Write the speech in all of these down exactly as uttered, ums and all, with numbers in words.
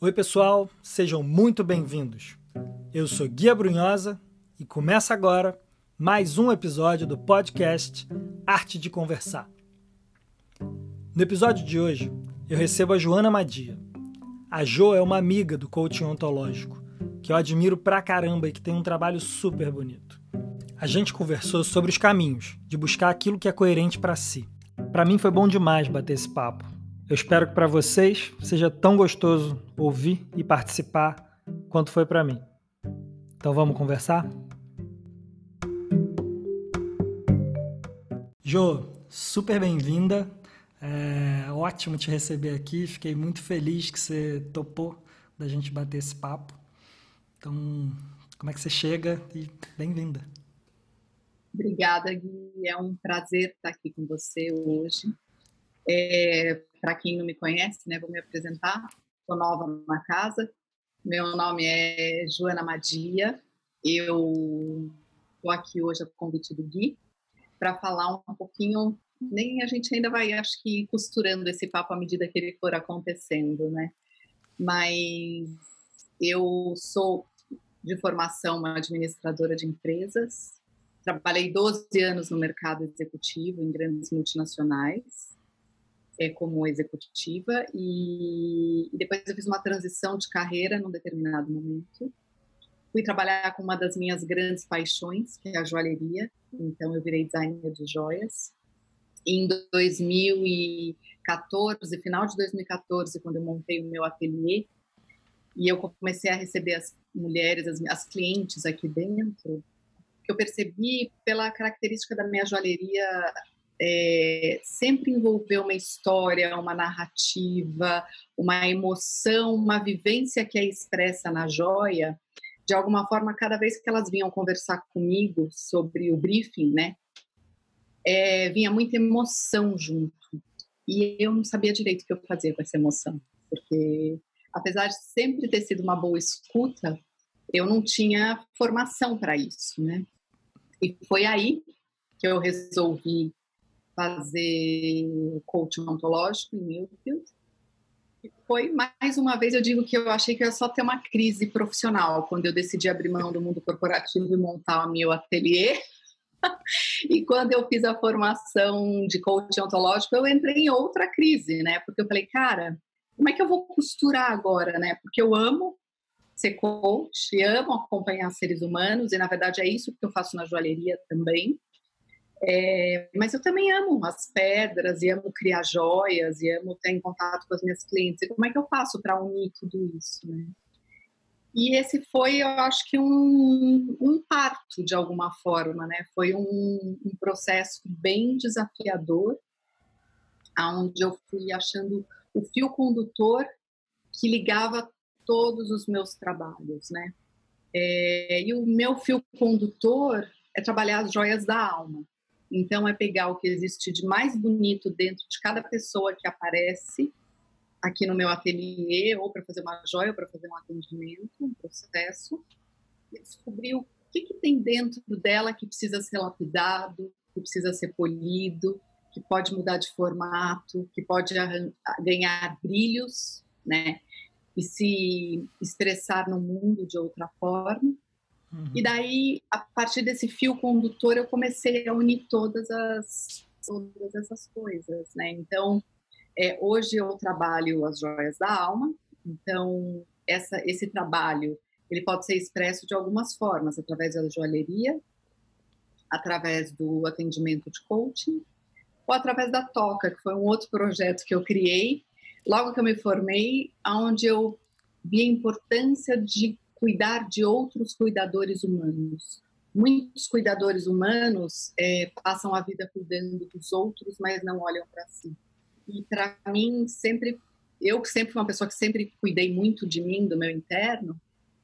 Oi pessoal, sejam muito bem-vindos. Eu sou Guia Brunhosa e começa agora mais um episódio do podcast Arte de Conversar. No episódio de hoje, eu recebo a Joana Madia. A Jo é uma amiga do coaching ontológico, que eu admiro pra caramba e que tem um trabalho super bonito. A gente conversou sobre os caminhos de buscar aquilo que é coerente pra si. Pra mim foi bom demais bater esse papo. Eu espero que para vocês seja tão gostoso ouvir e participar quanto foi para mim. Então vamos conversar? Jo, super bem-vinda. É ótimo te receber aqui. Fiquei muito feliz que você topou da gente bater esse papo. Então, como é que você chega? E bem-vinda. Obrigada, Gui. É um prazer estar aqui com você hoje. É, Para quem não me conhece, né, vou me apresentar. Sou nova na casa. Meu nome é Joana Madia. Eu estou aqui hoje a convite do Gui para falar um pouquinho. Nem a gente ainda vai, acho que, costurando esse papo à medida que ele for acontecendo, né? Mas eu sou de formação uma administradora de empresas. Trabalhei doze anos no mercado executivo em grandes multinacionais. É, como executiva e, e depois eu fiz uma transição de carreira num determinado momento. Fui trabalhar com uma das minhas grandes paixões, que é a joalheria. Então eu virei designer de joias. E em dois mil e quatorze, final de dois mil e quatorze, quando eu montei o meu ateliê e eu comecei a receber as mulheres, as, as clientes aqui dentro, que eu percebi pela característica da minha joalheria É, sempre envolveu uma história, uma narrativa, uma emoção, uma vivência que é expressa na joia. De alguma forma, cada vez que elas vinham conversar comigo sobre o briefing, né, é, vinha muita emoção junto. E eu não sabia direito o que eu fazia com essa emoção, porque apesar de sempre ter sido uma boa escuta, eu não tinha formação para isso, né? E foi aí que eu resolvi fazer coaching ontológico em Newfield. E foi, mais uma vez, eu digo que eu achei que eu ia só ter uma crise profissional quando eu decidi abrir mão do mundo corporativo e montar o meu ateliê. E quando eu fiz a formação de coaching ontológico, eu entrei em outra crise, né? Porque eu falei, cara, como é que eu vou costurar agora, né? Porque eu amo ser coach, amo acompanhar seres humanos, e na verdade é isso que eu faço na joalheria também. É, mas eu também amo as pedras e amo criar joias e amo ter em contato com as minhas clientes. E como é que eu faço para unir tudo isso, né? E esse foi, eu acho que um, um parto de alguma forma, né? Foi um, um processo bem desafiador, onde eu fui achando o fio condutor que ligava todos os meus trabalhos, né? É, e o meu fio condutor é trabalhar as joias da alma. Então, é pegar o que existe de mais bonito dentro de cada pessoa que aparece aqui no meu ateliê, ou para fazer uma joia, ou para fazer um atendimento, um processo, e descobrir o que, que tem dentro dela que precisa ser lapidado, que precisa ser polido, que pode mudar de formato, que pode ganhar brilhos, né? E se expressar no mundo de outra forma. Uhum. E daí, a partir desse fio condutor, eu comecei a unir todas, as, todas essas coisas, né? Então, é, hoje eu trabalho as joias da alma. Então, essa, esse trabalho, ele pode ser expresso de algumas formas, através da joalheria, através do atendimento de coaching, ou através da toca, que foi um outro projeto que eu criei, logo que eu me formei, onde eu vi a importância de cuidar de outros cuidadores humanos. Muitos cuidadores humanos é, passam a vida cuidando dos outros, mas não olham para si. E para mim, sempre, eu sempre fui uma pessoa que sempre cuidei muito de mim, do meu interno,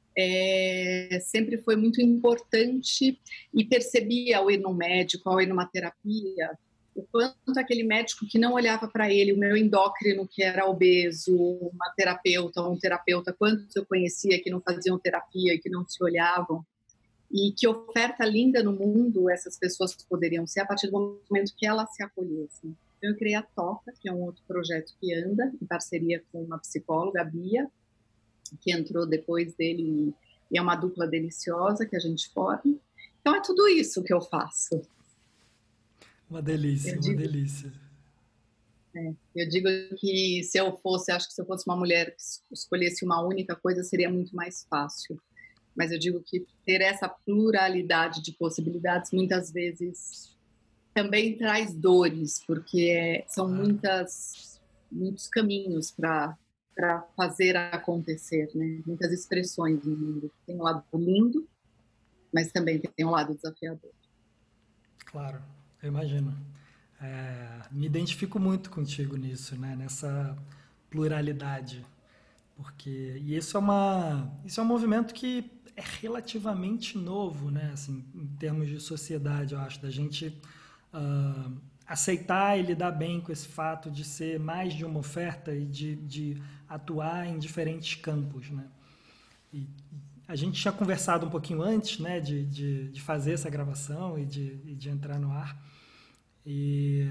é, sempre foi muito importante e percebi ao ir num médico, ao ir numa terapia, o quanto aquele médico que não olhava para ele, o meu endócrino que era obeso, uma terapeuta, um terapeuta, quantos eu conhecia que não faziam terapia e que não se olhavam, e que oferta linda no mundo essas pessoas poderiam ser a partir do momento que elas se acolhessem. Então eu criei a Toca, que é um outro projeto que anda em parceria com uma psicóloga, a Bia, que entrou depois dele, e é uma dupla deliciosa que a gente forma. Então é tudo isso que eu faço. Uma delícia, Eu uma digo, delícia. é, eu digo que se eu fosse, acho que se eu fosse uma mulher que escolhesse uma única coisa, seria muito mais fácil. Mas eu digo que ter essa pluralidade de possibilidades muitas vezes também traz dores, porque é, são Claro. muitas, muitos caminhos para para fazer acontecer, né? Muitas expressões no mundo. Tem um lado lindo, mas também tem um lado desafiador. Claro, eu imagino. É, me identifico muito contigo nisso, né? Nessa pluralidade, porque e isso é uma isso é um movimento que é relativamente novo, né? Assim, em termos de sociedade, eu acho, da gente uh, aceitar e lidar bem com esse fato de ser mais de uma oferta e de, de atuar em diferentes campos, né? E a gente tinha conversado um pouquinho antes, né, de, de, de fazer essa gravação e de, e de entrar no ar. E,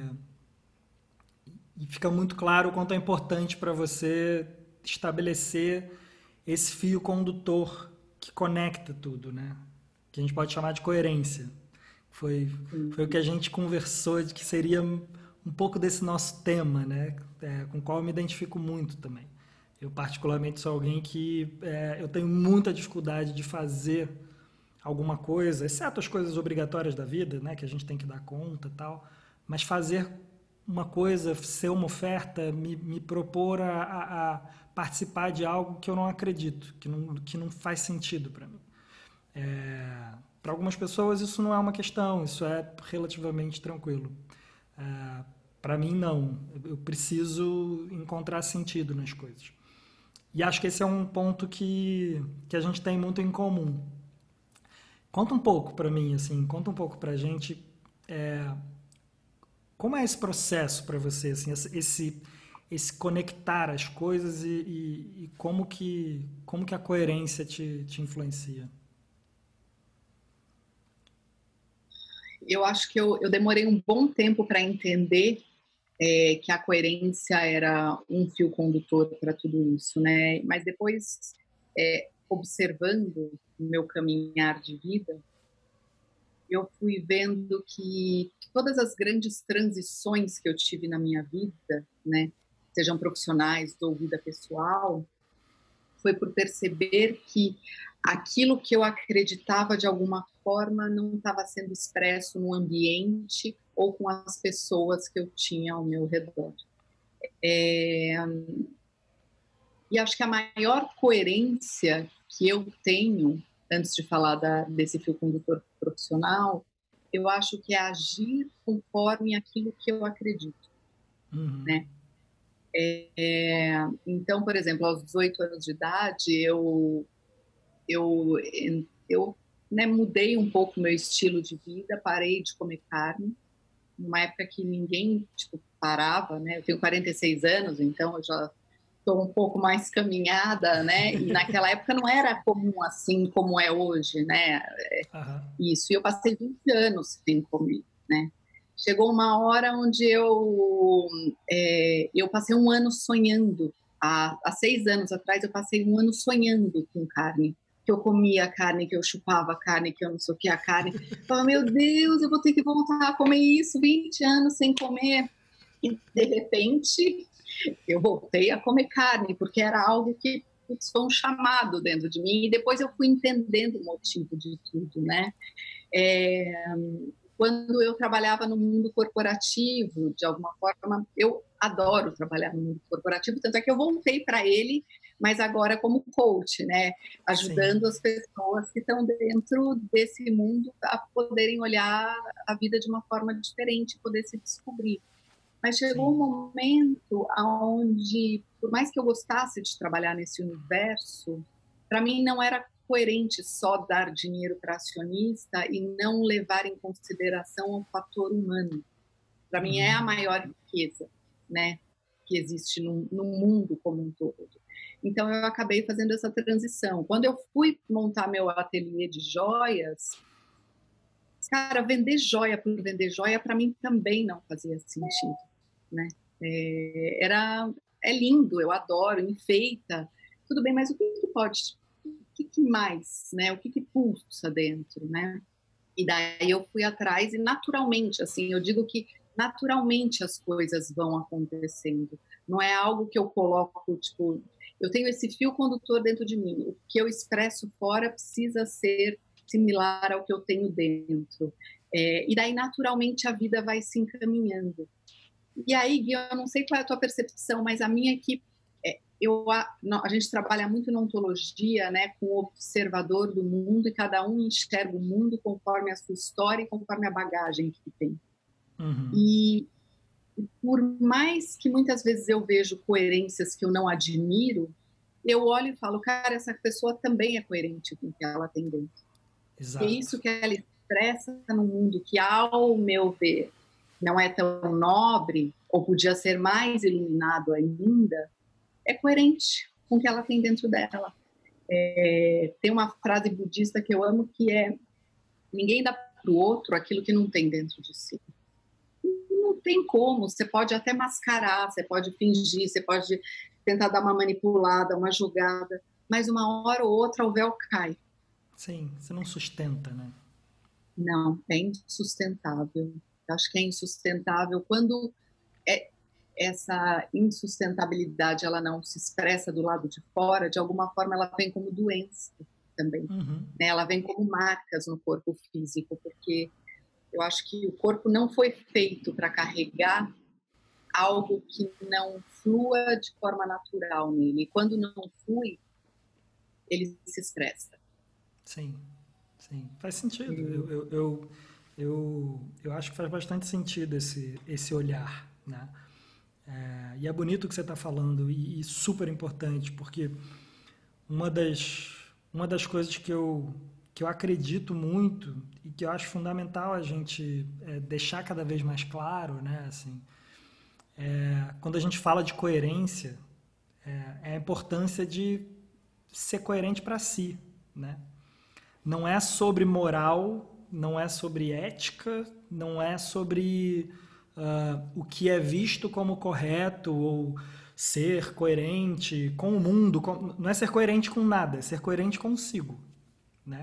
e fica muito claro o quanto é importante para você estabelecer esse fio condutor que conecta tudo, né? Que a gente pode chamar de coerência. Foi, foi o que a gente conversou de que seria um pouco desse nosso tema, né? É, com o qual eu me identifico muito também. Eu particularmente sou alguém que é, eu tenho muita dificuldade de fazer alguma coisa, exceto as coisas obrigatórias da vida, né, que a gente tem que dar conta e tal, mas fazer uma coisa, ser uma oferta, me, me propor a, a, a participar de algo que eu não acredito, que não, que não faz sentido para mim. É, para algumas pessoas isso não é uma questão, isso é relativamente tranquilo. É, para mim não, eu preciso encontrar sentido nas coisas. E acho que esse é um ponto que, que a gente tem muito em comum. Conta um pouco para mim, assim, conta um pouco para a gente é, como é esse processo para você, assim, esse, esse conectar as coisas e, e, e como que como que a coerência te, te influencia. Eu acho que eu, eu demorei um bom tempo para entender é, que a coerência era um fio condutor para tudo isso, né? Mas depois, é, observando o meu caminhar de vida, eu fui vendo que todas as grandes transições que eu tive na minha vida, né, sejam profissionais ou vida pessoal, foi por perceber que aquilo que eu acreditava de alguma forma não estava sendo expresso no ambiente ou com as pessoas que eu tinha ao meu redor. É... E acho que a maior coerência que eu tenho, antes de falar da, desse fio condutor profissional, eu acho que é agir conforme aquilo que eu acredito, Uhum. né? É, então, por exemplo, aos dezoito anos de idade, eu eu, eu né, mudei um pouco o meu estilo de vida, parei de comer carne, numa época que ninguém tipo, parava, né? Eu tenho quarenta e seis anos, então eu já estou um pouco mais caminhada, né? E naquela época não era comum assim como é hoje, né? Aham. Isso, e eu passei vinte anos sem comer, né? Chegou uma hora onde eu, é, eu passei um ano sonhando. Há, há seis anos atrás, eu passei um ano sonhando com carne. Que eu comia carne, que eu chupava carne, que eu não sei o que, a carne. Eu falava, meu Deus, eu vou ter que voltar a comer isso, vinte anos sem comer. E, de repente, eu voltei a comer carne, porque era algo que putz, foi um chamado dentro de mim. E depois eu fui entendendo o motivo de tudo, né? É, quando eu trabalhava no mundo corporativo, de alguma forma, eu adoro trabalhar no mundo corporativo, tanto é que eu voltei para ele, mas agora como coach, né? Sim. Ajudando as pessoas que estão dentro desse mundo a poderem olhar a vida de uma forma diferente, poder se descobrir. Mas chegou Sim. um momento onde, por mais que eu gostasse de trabalhar nesse universo, para mim não era coerente só dar dinheiro para acionista e não levar em consideração o fator humano. Para mim é Uhum. a maior riqueza, né, que existe no, no mundo como um todo. Então eu acabei fazendo essa transição. Quando eu fui montar meu ateliê de joias, cara, vender joia por vender joia para mim também não fazia sentido, né? É, era é lindo, eu adoro, enfeita, tudo bem, mas o que, que pode, o que, que mais, né? O que, que pulsa dentro, né? E daí eu fui atrás e naturalmente, assim, eu digo que naturalmente as coisas vão acontecendo. Não é algo que eu coloco, tipo, eu tenho esse fio condutor dentro de mim. O que eu expresso fora precisa ser similar ao que eu tenho dentro. É, e daí, naturalmente, a vida vai se encaminhando. E aí, Gui, eu não sei qual é a tua percepção, mas a minha aqui, é, eu, a, a gente trabalha muito na ontologia, né, com o observador do mundo, e cada um enxerga o mundo conforme a sua história e conforme a bagagem que tem. Uhum. E por mais que muitas vezes eu vejo coerências que eu não admiro, eu olho e falo, cara, essa pessoa também é coerente com o que ela tem dentro. Exato. E isso que ela expressa no mundo, que ao meu ver não é tão nobre, ou podia ser mais iluminado ainda, é coerente com o que ela tem dentro dela. É, tem uma frase budista que eu amo, que é: ninguém dá para o outro aquilo que não tem dentro de si. Não tem como, você pode até mascarar, você pode fingir, você pode tentar dar uma manipulada, uma jogada, mas uma hora ou outra o véu cai. Sim, você não sustenta, né? Não, é insustentável. Eu acho que é insustentável quando é, essa insustentabilidade ela não se expressa do lado de fora, de alguma forma ela vem como doença também. Uhum. Né? Ela vem como marcas no corpo físico, porque eu acho que o corpo não foi feito para carregar algo que não flua de forma natural nele. E quando não flui, ele se expressa. Sim, sim. Faz sentido. Hum. Eu, eu, eu, eu, eu acho que faz bastante sentido esse, esse olhar, né? É, e é bonito o que você está falando e, e super importante, porque uma das, uma das coisas que eu, que eu acredito muito e que eu acho fundamental a gente é, deixar cada vez mais claro, né? Assim, é, quando a gente fala de coerência, é, é a importância de ser coerente para si, né? Não é sobre moral, não é sobre ética, não é sobre uh, o que é visto como correto ou ser coerente com o mundo. Com, não é ser coerente com nada, é ser coerente consigo, né?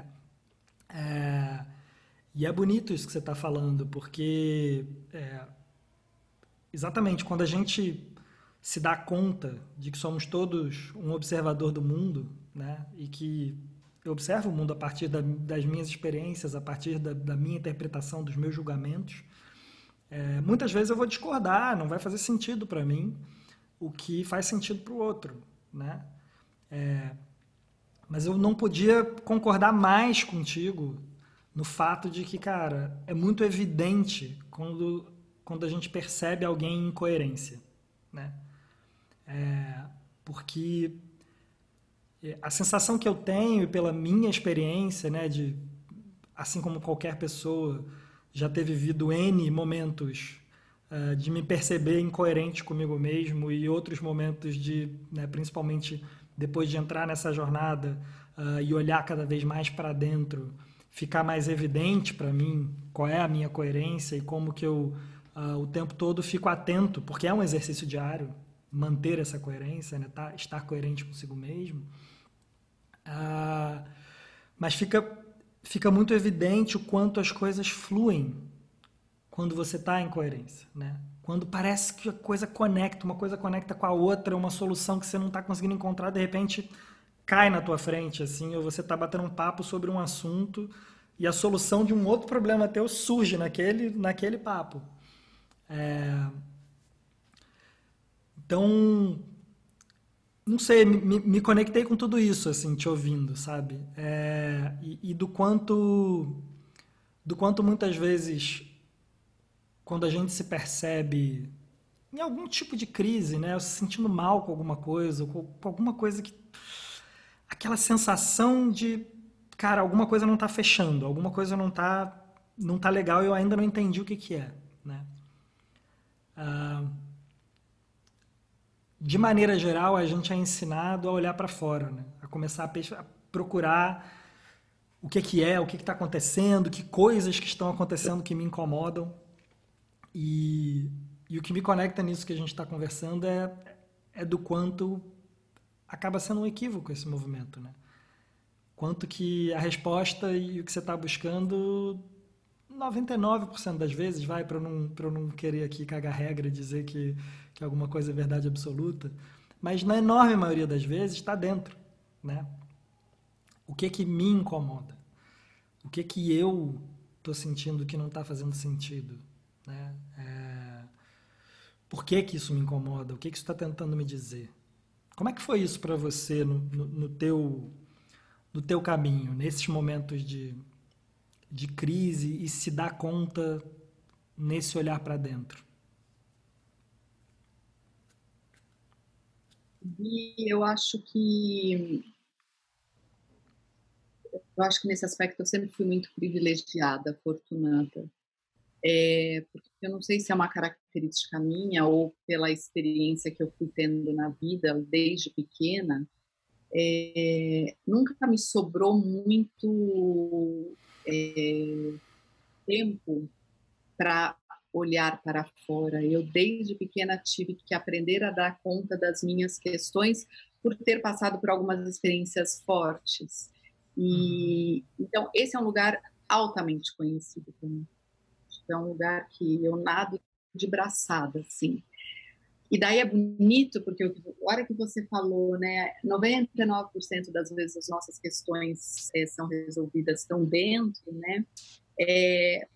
É, e é bonito isso que você está falando, porque é, exatamente quando a gente se dá conta de que somos todos um observador do mundo, né? E que eu observo o mundo a partir da, das minhas experiências, a partir da, da minha interpretação, dos meus julgamentos. É, muitas vezes eu vou discordar, não vai fazer sentido para mim o que faz sentido para o outro, né? É, mas eu não podia concordar mais contigo no fato de que, cara, é muito evidente quando, quando a gente percebe alguém em incoerência, né? É, porque a sensação que eu tenho, pela minha experiência, né, de, assim como qualquer pessoa já ter vivido N momentos uh, de me perceber incoerente comigo mesmo e outros momentos de, né, principalmente depois de entrar nessa jornada uh, e olhar cada vez mais para dentro, ficar mais evidente para mim qual é a minha coerência e como que eu uh, o tempo todo fico atento, porque é um exercício diário, manter essa coerência, né, tá, estar coerente consigo mesmo. Ah, mas fica, fica muito evidente o quanto as coisas fluem quando você está em coerência, né? Quando parece que a coisa conecta, uma coisa conecta com a outra, uma solução que você não está conseguindo encontrar, de repente cai na tua frente, assim, ou você está batendo um papo sobre um assunto e a solução de um outro problema teu surge naquele, naquele papo. É... Então, não sei, me, me conectei com tudo isso, assim, te ouvindo, sabe? É, e, e do quanto, do quanto muitas vezes, quando a gente se percebe em algum tipo de crise, né? Se sentindo mal com alguma coisa, ou com, com alguma coisa que... Aquela sensação de, cara, alguma coisa não tá fechando, alguma coisa não tá, não tá legal e eu ainda não entendi o que que é, né? Ah, de maneira geral, a gente é ensinado a olhar para fora, né? A começar a, a procurar o que, que é, o que está acontecendo, que coisas que estão acontecendo que me incomodam. E, e o que me conecta nisso que a gente está conversando é, é do quanto acaba sendo um equívoco esse movimento, né? Quanto que a resposta e o que você está buscando, noventa e nove por cento das vezes, vai, para eu não, para eu não querer aqui cagar regra e dizer que, que alguma coisa é verdade absoluta, mas na enorme maioria das vezes está dentro, né? O que que me incomoda? O que que eu estou sentindo que não está fazendo sentido, né? É... Por que que isso me incomoda? O que que isso está tentando me dizer? Como é que foi isso para você no, no, no teu no teu caminho, nesses momentos de, de crise e se dar conta nesse olhar para dentro? E eu acho que eu acho que nesse aspecto eu sempre fui muito privilegiada, afortunada. É, porque eu não sei se é uma característica minha ou pela experiência que eu fui tendo na vida desde pequena, é, nunca me sobrou muito é, tempo para olhar para fora. Eu, desde pequena, tive que aprender a dar conta das minhas questões por ter passado por algumas experiências fortes. E então, esse é um lugar altamente conhecido para mim. É um lugar que eu nado de braçada, assim. E daí é bonito, porque a hora que você falou, né, noventa e nove por cento das vezes as nossas questões é, são resolvidas estão dentro, né? É,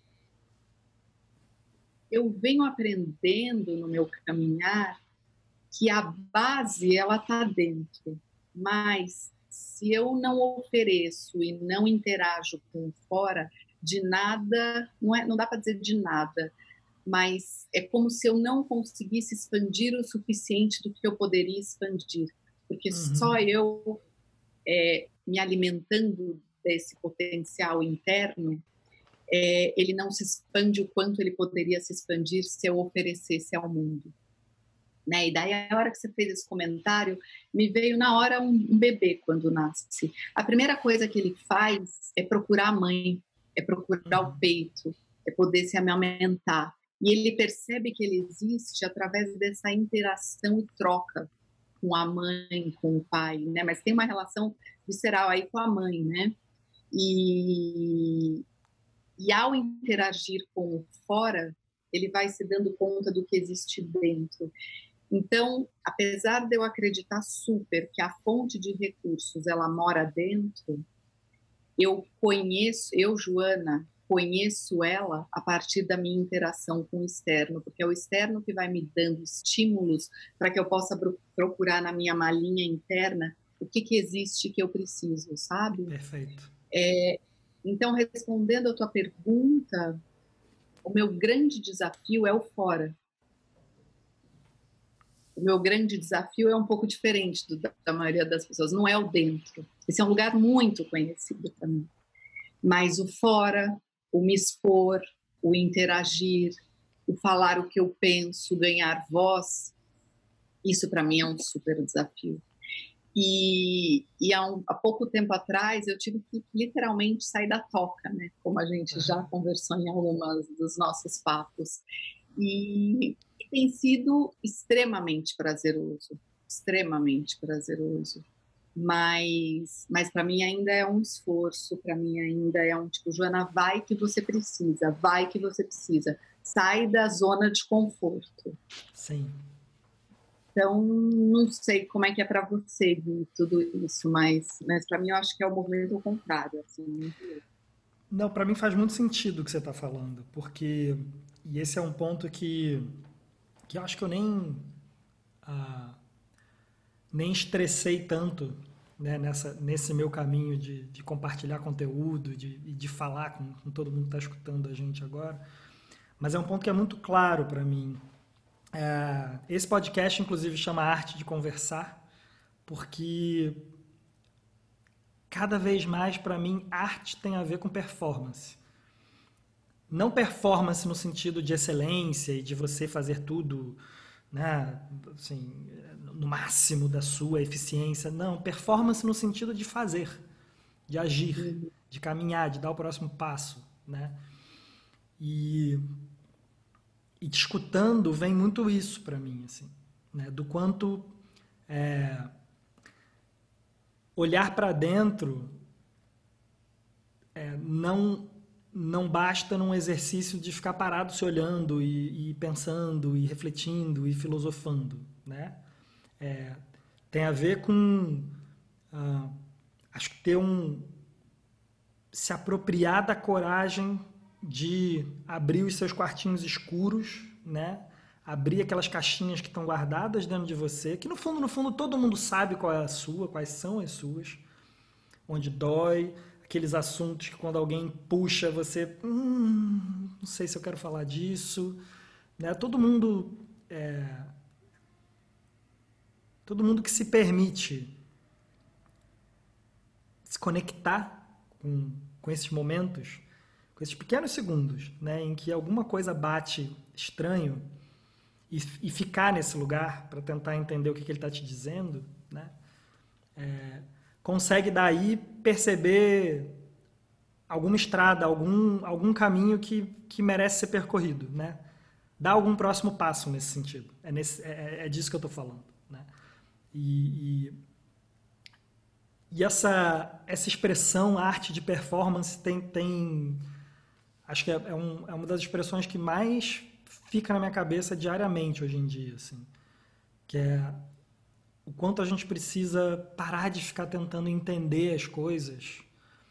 eu venho aprendendo no meu caminhar que a base ela está dentro, mas se eu não ofereço e não interajo com fora, de nada, não, é, não dá para dizer de nada, mas é como se eu não conseguisse expandir o suficiente do que eu poderia expandir, porque Uhum. só eu é, me alimentando desse potencial interno, é, ele não se expande o quanto ele poderia se expandir se eu oferecesse ao mundo. Né? E daí, a hora que você fez esse comentário, me veio na hora um, um bebê quando nasce. A primeira coisa que ele faz é procurar a mãe, é procurar Uhum. o peito, é poder se amamentar. E ele percebe que ele existe através dessa interação e troca com a mãe, com o pai, né? Mas tem uma relação visceral aí com a mãe, né? E, e ao interagir com o fora, ele vai se dando conta do que existe dentro. Então, apesar de eu acreditar super que a fonte de recursos ela mora dentro, eu conheço, eu, Joana, conheço ela a partir da minha interação com o externo, porque é o externo que vai me dando estímulos para que eu possa procurar na minha malinha interna o que, que existe que eu preciso, sabe? Perfeito. É, então, respondendo a tua pergunta, o meu grande desafio é o fora. O meu grande desafio é um pouco diferente do, da maioria das pessoas, não é o dentro. Esse é um lugar muito conhecido para mim. Mas o fora, o me expor, o interagir, o falar o que eu penso, ganhar voz, isso para mim é um super desafio. E, e há, um, há pouco tempo atrás eu tive que literalmente sair da toca, né? Como a gente Uhum. já conversou em algumas dos nossos papos. E, e tem sido extremamente prazeroso, extremamente prazeroso. Mas, mas para mim ainda é um esforço, para mim ainda é um tipo, Joana, vai que você precisa, vai que você precisa. Sai da zona de conforto. Sim. Então, não sei como é que é para você, Gui, tudo isso, mas, mas para mim eu acho que é o movimento ao contrário. Assim, muito... Não, para mim faz muito sentido o que você está falando, porque e esse é um ponto que que eu acho que eu nem ah, nem estressei tanto, né, nessa, nesse meu caminho de, de compartilhar conteúdo, de, de falar com, com todo mundo que está escutando a gente agora. Mas é um ponto que é muito claro para mim. É, esse podcast, inclusive, chama Arte de Conversar, porque cada vez mais, para mim, arte tem a ver com performance. Não performance no sentido de excelência e de você fazer tudo, né, assim, no máximo da sua eficiência. Não, performance no sentido de fazer, de agir, Uhum. de caminhar, de dar o próximo passo, né? E, e te escutando vem muito isso para mim, assim, né? Do quanto é, olhar para dentro é, não, não basta num exercício de ficar parado se olhando e, e pensando e refletindo e filosofando, né? É, tem a ver com ah, acho que ter um se apropriar da coragem de abrir os seus quartinhos escuros, né? Abrir aquelas caixinhas que estão guardadas dentro de você, que no fundo, no fundo, todo mundo sabe qual é a sua, quais são as suas, onde dói, aqueles assuntos que quando alguém puxa você, hum, não sei se eu quero falar disso, né? Todo mundo, é, todo mundo que se permite se conectar com, com esses momentos, com esses pequenos segundos, né, em que alguma coisa bate estranho e, e ficar nesse lugar para tentar entender o que, que ele está te dizendo, né, é, consegue daí perceber alguma estrada, algum, algum caminho que, que merece ser percorrido, né? Dá algum próximo passo nesse sentido. É, nesse, é, é disso que eu estou falando, né? E, e E essa, essa expressão, arte de performance, tem, tem acho que é, é, um, é uma das expressões que mais fica na minha cabeça diariamente hoje em dia, assim, que é o quanto a gente precisa parar de ficar tentando entender as coisas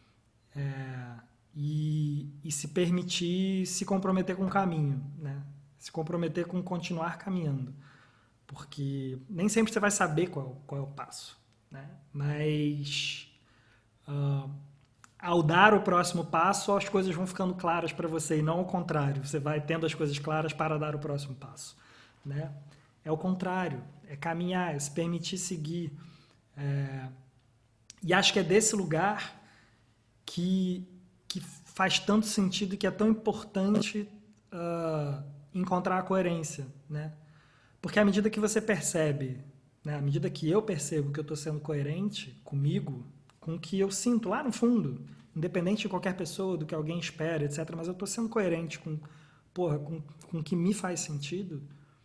é, e, e se permitir se comprometer com o caminho, né? Se comprometer com continuar caminhando, porque nem sempre você vai saber qual, qual é o passo, né? Mas uh, ao dar o próximo passo, as coisas vão ficando claras para você e não ao contrário. Você vai tendo as coisas claras para dar o próximo passo, né? É o contrário, é caminhar, é se permitir seguir. É... E acho que é desse lugar que, que faz tanto sentido e que é tão importante uh, encontrar a coerência, né? Porque à medida que você percebe, né, à medida que eu percebo que eu estou sendo coerente comigo, com o que eu sinto lá no fundo, independente de qualquer pessoa, do que alguém espera, etcétera, mas eu estou sendo coerente com, porra, com, com o que me faz sentido,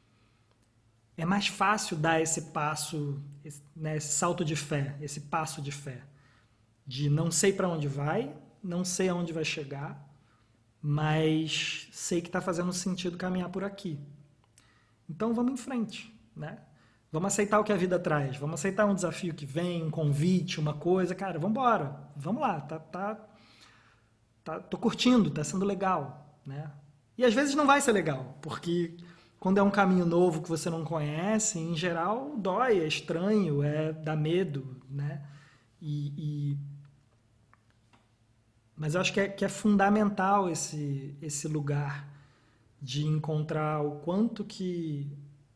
é mais fácil dar esse passo, esse, né, esse salto de fé, esse passo de fé, de não sei para onde vai, não sei aonde vai chegar, mas sei que está fazendo sentido caminhar por aqui. Então vamos em frente, né? Vamos aceitar o que a vida traz, vamos aceitar um desafio que vem, um convite, uma coisa, cara, vamos embora, vamos lá, tá, tá, tá, tô curtindo, tá sendo legal, né? E às vezes não vai ser legal, porque quando é um caminho novo que você não conhece, em geral dói, é estranho, é dá medo, né? E, e... mas eu acho que é, que é fundamental esse esse lugar de encontrar o quanto que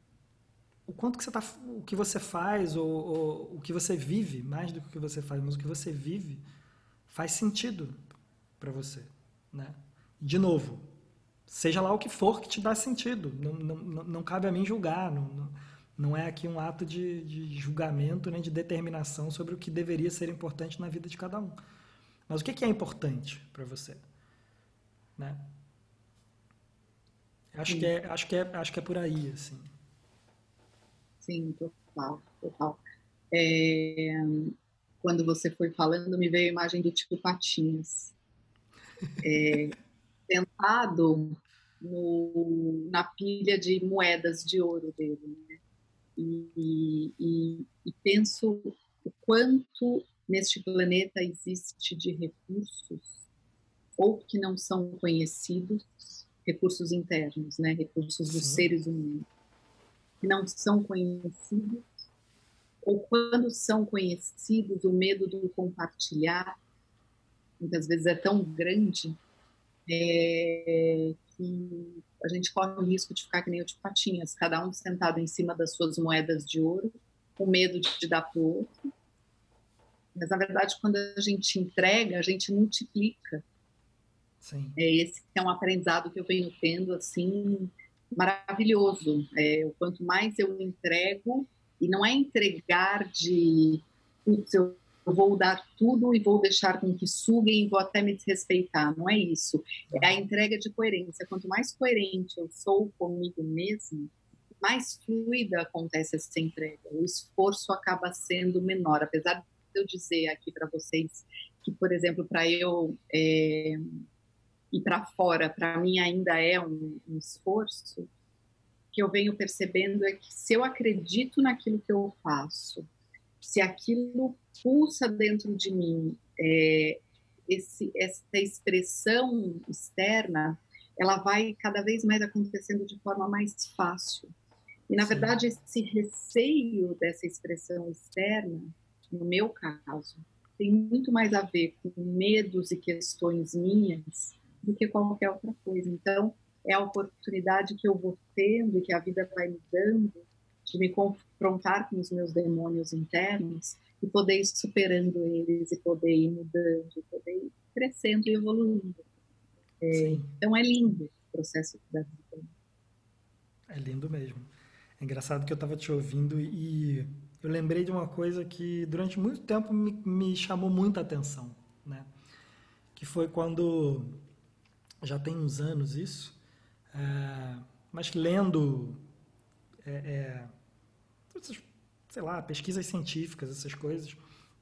o quanto que você tá, o que você faz ou, ou o que você vive, mais do que o que você faz, mas o que você vive faz sentido para você, né? De novo, seja lá o que for que te dá sentido, não, não, não não cabe a mim julgar, não, não, não é aqui um ato de, de julgamento nem de determinação sobre o que deveria ser importante na vida de cada um. Mas o que é importante para você, né? Acho que Sim, é, acho que é, acho que é por aí, assim. sim, total, total. É, quando você foi falando, me veio a imagem do Tio Patinhas, sentado no, na pilha de moedas de ouro dele, né? E, e, e penso o quanto neste planeta existe de recursos ou que não são conhecidos, recursos internos, né? Recursos dos Sim, seres humanos, que não são conhecidos, ou quando são conhecidos, o medo do compartilhar, muitas vezes é tão grande, é, que a gente corre o risco de ficar que nem o Tio Patinhas, cada um sentado em cima das suas moedas de ouro, com medo de dar para o outro. Mas, na verdade, quando a gente entrega, a gente multiplica. sim. É, esse é um aprendizado que eu venho tendo, assim, maravilhoso. É, o quanto mais eu entrego, e não é entregar de, putz, eu vou dar tudo e vou deixar com que suguem e vou até me desrespeitar. Não é isso. É a entrega de coerência. Quanto mais coerente eu sou comigo mesmo, mais fluida acontece essa entrega. O esforço acaba sendo menor, apesar eu dizer aqui para vocês que, por exemplo, para eu é, ir para fora, para mim ainda é um, um esforço, que eu venho percebendo é que se eu acredito naquilo que eu faço, se aquilo pulsa dentro de mim, é, esse, essa expressão externa, ela vai cada vez mais acontecendo de forma mais fácil. E, na verdade, esse receio dessa expressão externa, no meu caso, tem muito mais a ver com medos e questões minhas do que qualquer outra coisa. Então, é a oportunidade que eu vou tendo e que a vida vai me dando de me confrontar com os meus demônios internos e poder ir superando eles, e poder ir mudando, e poder ir crescendo e evoluindo. É, então, é lindo o processo da vida. É lindo mesmo. É engraçado que eu estava te ouvindo e eu lembrei de uma coisa que durante muito tempo me, me chamou muita atenção, né? Que foi quando, já tem uns anos isso, é, mas lendo, é, é, essas, sei lá, pesquisas científicas, essas coisas,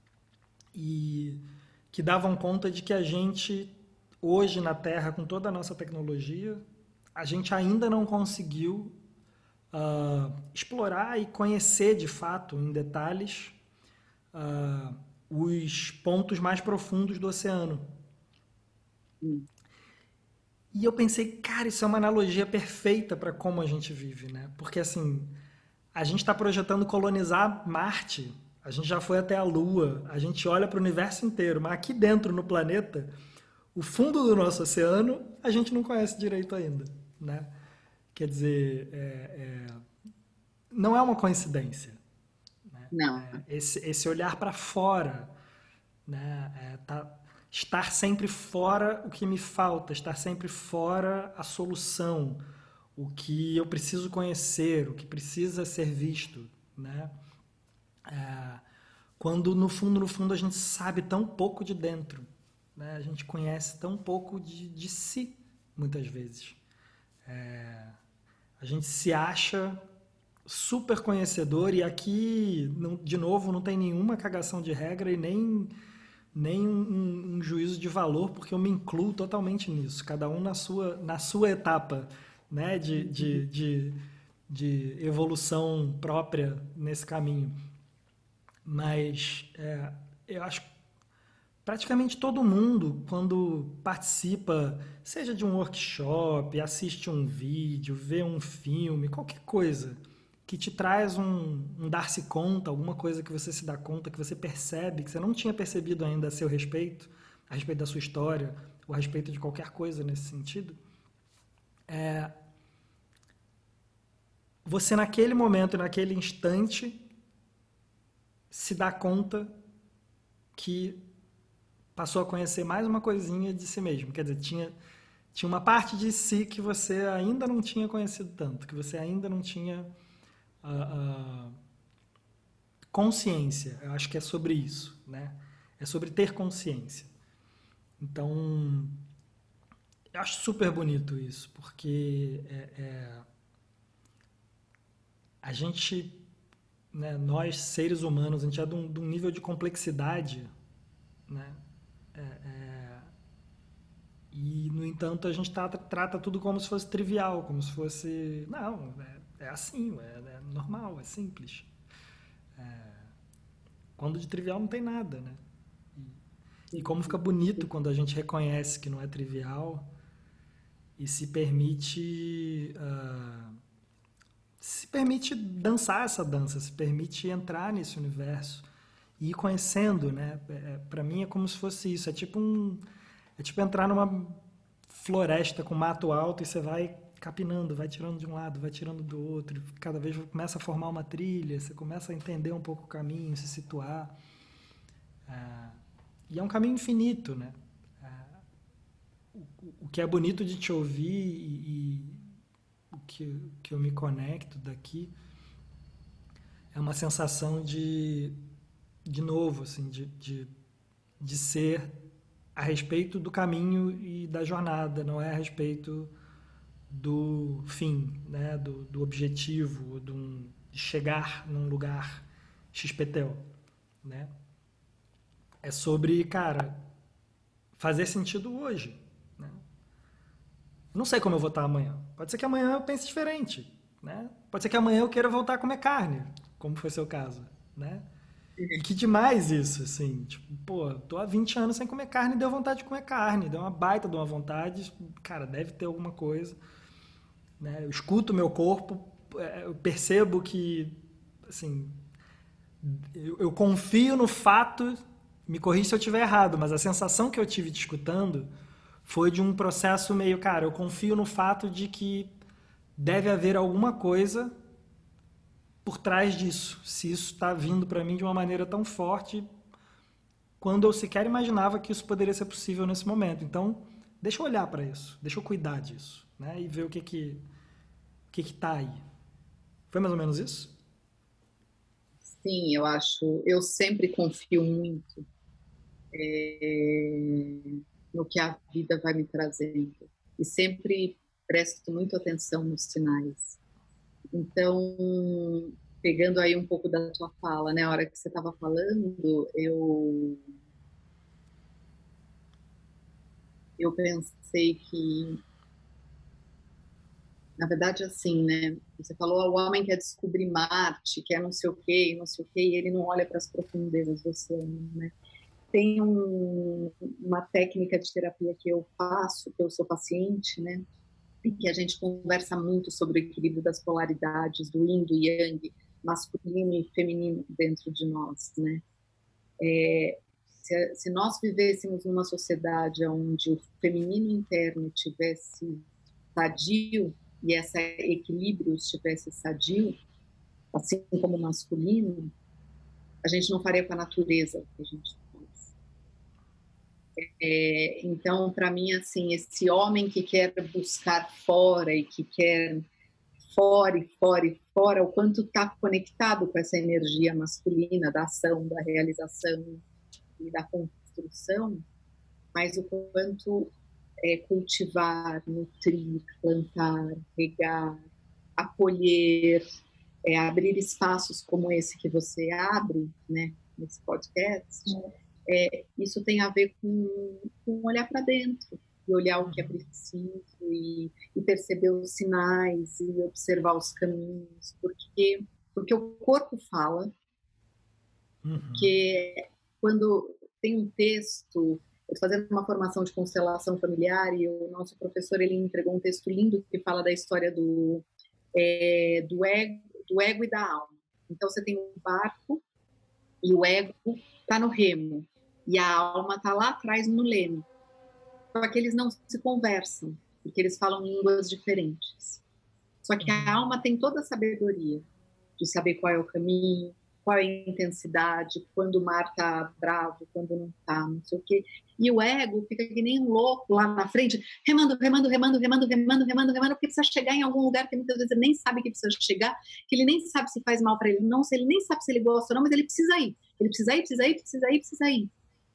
e que davam conta de que a gente, hoje na Terra, com toda a nossa tecnologia, a gente ainda não conseguiu uh, explorar e conhecer de fato, em detalhes, uh, os pontos mais profundos do oceano. Hum. E eu pensei, cara, isso é uma analogia perfeita para como a gente vive, né? Porque assim, a gente está projetando colonizar Marte, a gente já foi até a Lua, a gente olha para o universo inteiro, mas aqui dentro no planeta, o fundo do nosso oceano, a gente não conhece direito ainda, né? Quer dizer, é, é, não é uma coincidência. Né? Não. É, esse, esse olhar para fora, né? É, tá, estar sempre fora o que me falta, estar sempre fora a solução, o que eu preciso conhecer, o que precisa ser visto, né? É, quando no fundo, no fundo, a gente sabe tão pouco de dentro, né? A gente conhece tão pouco de, de si, muitas vezes. É, a gente se acha super conhecedor e aqui, não, de novo, não tem nenhuma cagação de regra e nem, nem um, um, um juízo de valor, porque eu me incluo totalmente nisso, cada um na sua, na sua etapa, né, de, de, de, de evolução própria nesse caminho. Mas é, eu acho que praticamente todo mundo, quando participa, seja de um workshop, assiste um vídeo, vê um filme, qualquer coisa que te traz um, um dar-se conta, alguma coisa que você se dá conta, que você percebe, que você não tinha percebido ainda a seu respeito, a respeito da sua história, ou a respeito de qualquer coisa nesse sentido, é, você naquele momento, naquele instante, se dá conta que passou a conhecer mais uma coisinha de si mesmo. Quer dizer, tinha, tinha uma parte de si que você ainda não tinha conhecido tanto, que você ainda não tinha uh, uh, consciência. Eu acho que é sobre isso, né? É sobre ter consciência. Então, eu acho super bonito isso, porque é, é, a gente, né, nós seres humanos, a gente é de um, de um nível de complexidade, né? É, é, e, no entanto, a gente tá, trata tudo como se fosse trivial, como se fosse... Não, é, é assim, é, é normal, é simples. É, quando de trivial não tem nada, né? E, e como fica bonito quando a gente reconhece que não é trivial e se permite... Uh, se permite dançar essa dança, se permite entrar nesse universo e ir conhecendo, né? É, para mim é como se fosse isso, é tipo um... É tipo entrar numa floresta com mato alto e você vai capinando, vai tirando de um lado, vai tirando do outro, cada vez começa a formar uma trilha, você começa a entender um pouco o caminho, se situar. É, e é um caminho infinito, né? É, o, o que é bonito de te ouvir e, e o que, que eu me conecto daqui é uma sensação de, de novo, assim, de, de, de ser a respeito do caminho e da jornada, não é a respeito do fim, né? do, do objetivo, de, um, de chegar num lugar X P T O. Né? é sobre, cara, fazer sentido hoje, né? Não sei como eu vou estar amanhã. Pode ser que amanhã eu pense diferente, né? Pode ser que amanhã eu queira voltar a comer carne, como foi seu caso, né? E que demais isso, assim, tipo, pô, tô há vinte anos sem comer carne e deu vontade de comer carne, deu uma baita de uma vontade, cara, deve ter alguma coisa, né? Eu escuto o meu corpo, é, eu percebo que, assim, eu, eu confio no fato, me corrija se eu estiver errado, mas a sensação que eu tive te escutando foi de um processo meio, cara, eu confio no fato de que deve haver alguma coisa por trás disso, se isso está vindo para mim de uma maneira tão forte, quando eu sequer imaginava que isso poderia ser possível nesse momento. Então, deixa eu olhar para isso, deixa eu cuidar disso, né? E ver o que que o que que tá aí. Foi mais ou menos isso? Sim, eu acho. Eu sempre confio muito é, no que a vida vai me trazendo e sempre presto muita atenção nos sinais. Então, pegando aí um pouco da tua fala, né? A hora que você estava falando, eu eu pensei que, na verdade, assim, né? Você falou, o homem quer descobrir Marte, quer não sei o quê, não sei o quê, e ele não olha para as profundezas do oceano, né? Tem um, uma técnica de terapia que eu faço, que eu sou paciente, né? E que a gente conversa muito sobre o equilíbrio das polaridades, do yin, do yang, masculino e feminino dentro de nós, né? É, se, se nós vivêssemos numa sociedade onde o feminino interno tivesse sadio e esse equilíbrio estivesse sadio, assim como o masculino, a gente não faria com a natureza o que a gente faz. É, então, para mim, assim, esse homem que quer buscar fora e que quer fora e fora e fora, o quanto está conectado com essa energia masculina da ação, da realização e da construção, mas o quanto é cultivar, nutrir, plantar, regar, acolher, é, abrir espaços como esse que você abre, né, nesse podcast, é, isso tem a ver com, com olhar para dentro e olhar o que é preciso e, e perceber os sinais e observar os caminhos, porque porque o corpo fala, Uhum. porque quando tem um texto, eu estou fazendo uma formação de constelação familiar e o nosso professor ele entregou um texto lindo que fala da história do é, do ego, do ego e da alma. Então você tem um barco e o ego está no remo e a alma está lá atrás no leme. Só que eles não se conversam, porque eles falam línguas diferentes. Só que a alma tem toda a sabedoria de saber qual é o caminho, qual é a intensidade, quando o mar está bravo, quando não está, não sei o quê. E o ego fica que nem um louco lá na frente, remando, remando, remando, remando, remando, remando, remando, porque precisa chegar em algum lugar que muitas vezes ele nem sabe que precisa chegar, que ele nem sabe se faz mal para ele, não, se ele nem sabe se ele gosta ou não, mas ele precisa ir. Ele precisa ir, precisa ir, precisa ir, precisa ir.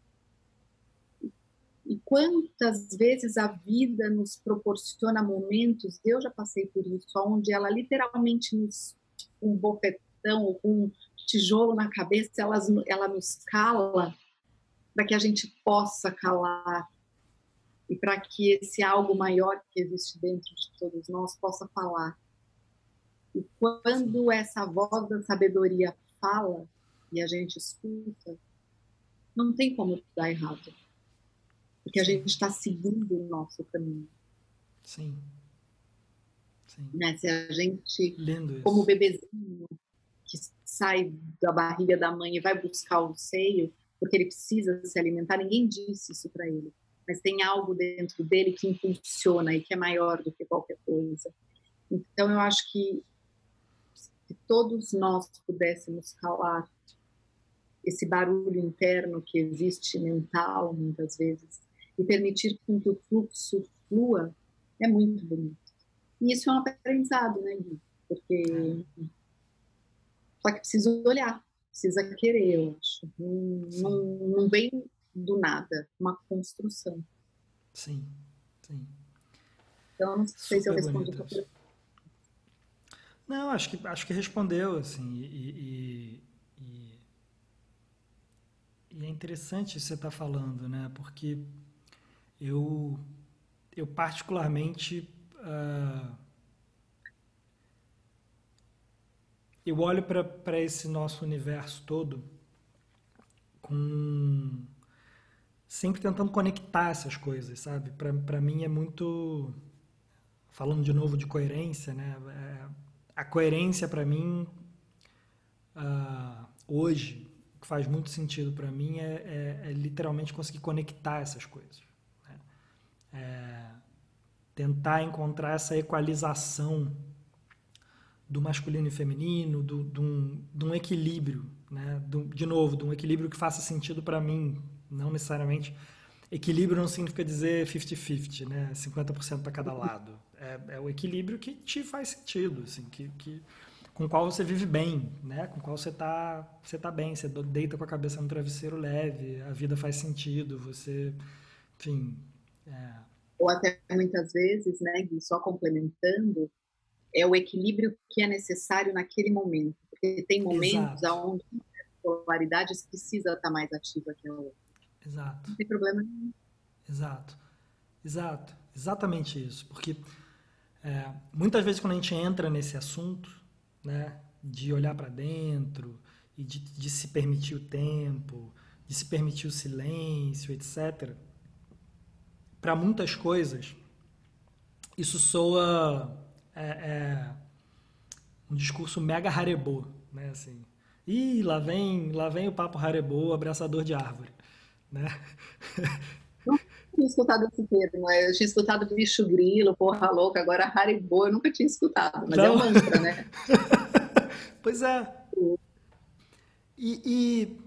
E quantas vezes a vida nos proporciona momentos, eu já passei por isso, onde ela literalmente nos um bofetão ou um tijolo na cabeça, ela, ela nos cala para que a gente possa calar e para que esse algo maior que existe dentro de todos nós possa falar. E quando essa voz da sabedoria fala e a gente escuta, não tem como dar errado. Porque a gente está seguindo o nosso caminho. Sim. Sim. Né? Se a gente, Lindo isso. como bebezinho que sai da barriga da mãe e vai buscar o seio, porque ele precisa se alimentar, ninguém disse isso para ele. Mas tem algo dentro dele que impulsiona e que é maior do que qualquer coisa. Então, eu acho que se todos nós pudéssemos calar esse barulho interno que existe, mental, muitas vezes, e permitir com que o fluxo flua, é muito bonito. E isso é um aprendizado, né, Gui? Porque é. Só que precisa olhar, precisa querer, eu acho. Não, não, não vem do nada, uma construção. Sim, sim. Então, não sei Super se eu respondi a bonitas. Não, acho que, acho que respondeu, assim, e, e, e e é interessante isso que você está falando, né? Porque eu, eu particularmente, uh, eu olho para esse nosso universo todo com sempre tentando conectar essas coisas, sabe? Para mim é muito, falando de novo de coerência, né? É, a coerência para mim uh, hoje, o que faz muito sentido para mim é, é, é literalmente conseguir conectar essas coisas, né? É, tentar encontrar essa equalização do masculino e feminino, do, de, um, de um equilíbrio, né? Do, de novo, de um equilíbrio que faça sentido para mim, não necessariamente. Equilíbrio não significa dizer cinquenta cinquenta, né? cinquenta por cento para cada lado. É, é o equilíbrio que te faz sentido, assim, que, que, com o qual você vive bem, né? Com o qual você está você tá bem, você deita com a cabeça no travesseiro leve, a vida faz sentido, você, enfim... É... Ou até muitas vezes, né, Gui, só complementando, é o equilíbrio que é necessário naquele momento. Porque tem momentos Exato. onde a polaridade precisa estar mais ativa que a outra. Exato. Não tem problema nenhum. Exato. Exato. Exatamente isso. Porque é, muitas vezes quando a gente entra nesse assunto, né, de olhar para dentro e de, de se permitir o tempo, de se permitir o silêncio, etcétera, para muitas coisas, isso soa é, é, um discurso mega harebô, né? Assim, ih, lá vem, lá vem o papo harebô, abraçador de árvore, né? Não tinha escutado esse termo. Eu tinha escutado bicho grilo, porra louca, agora Haribo eu nunca tinha escutado, mas é um Não? mantra, né? Pois é. E, e,